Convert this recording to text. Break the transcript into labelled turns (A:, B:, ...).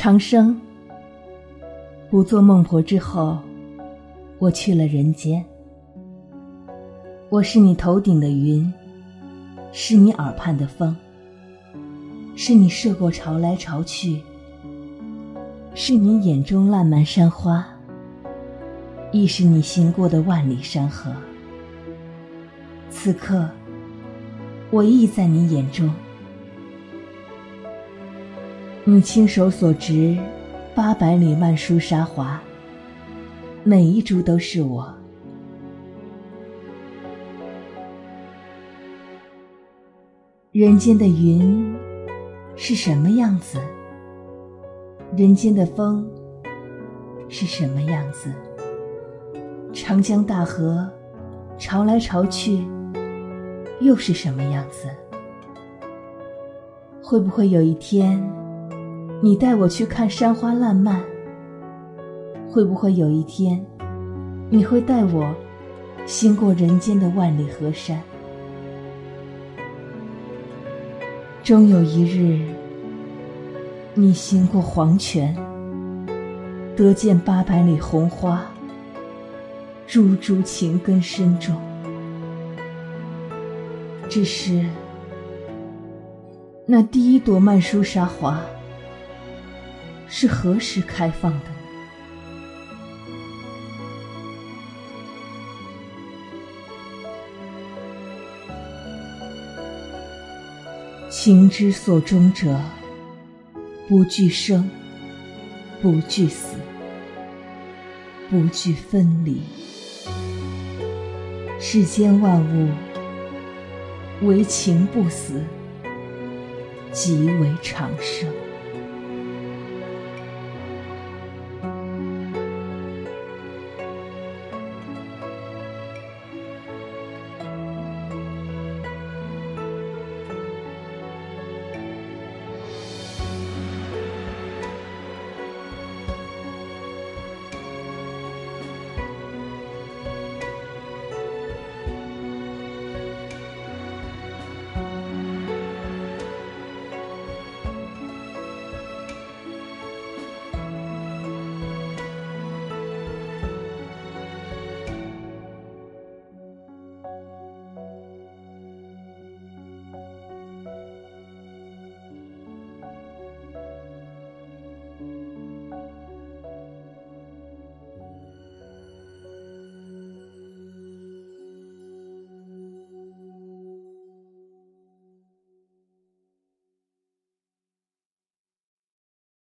A: 长生，不做孟婆之后，我去了人间。我是你头顶的云，是你耳畔的风，是你涉过潮来潮去，是你眼中烂漫山花，亦是你行过的万里山河。此刻，我亦在你眼中。你亲手所植800里曼殊沙华，每一株都是我。人间的云是什么样子？人间的风是什么样子？长江大河潮来潮去，又是什么样子？会不会有一天，你带我去看山花烂漫？会不会有一天，你会带我行过人间的万里河山？终有一日，你行过黄泉，得见800里红花，株株情根深重。只是那第一朵曼殊沙华是何时开放的呢？情之所钟者，不惧生，不惧死，不惧分离。世间万物，唯情不死，即为长生。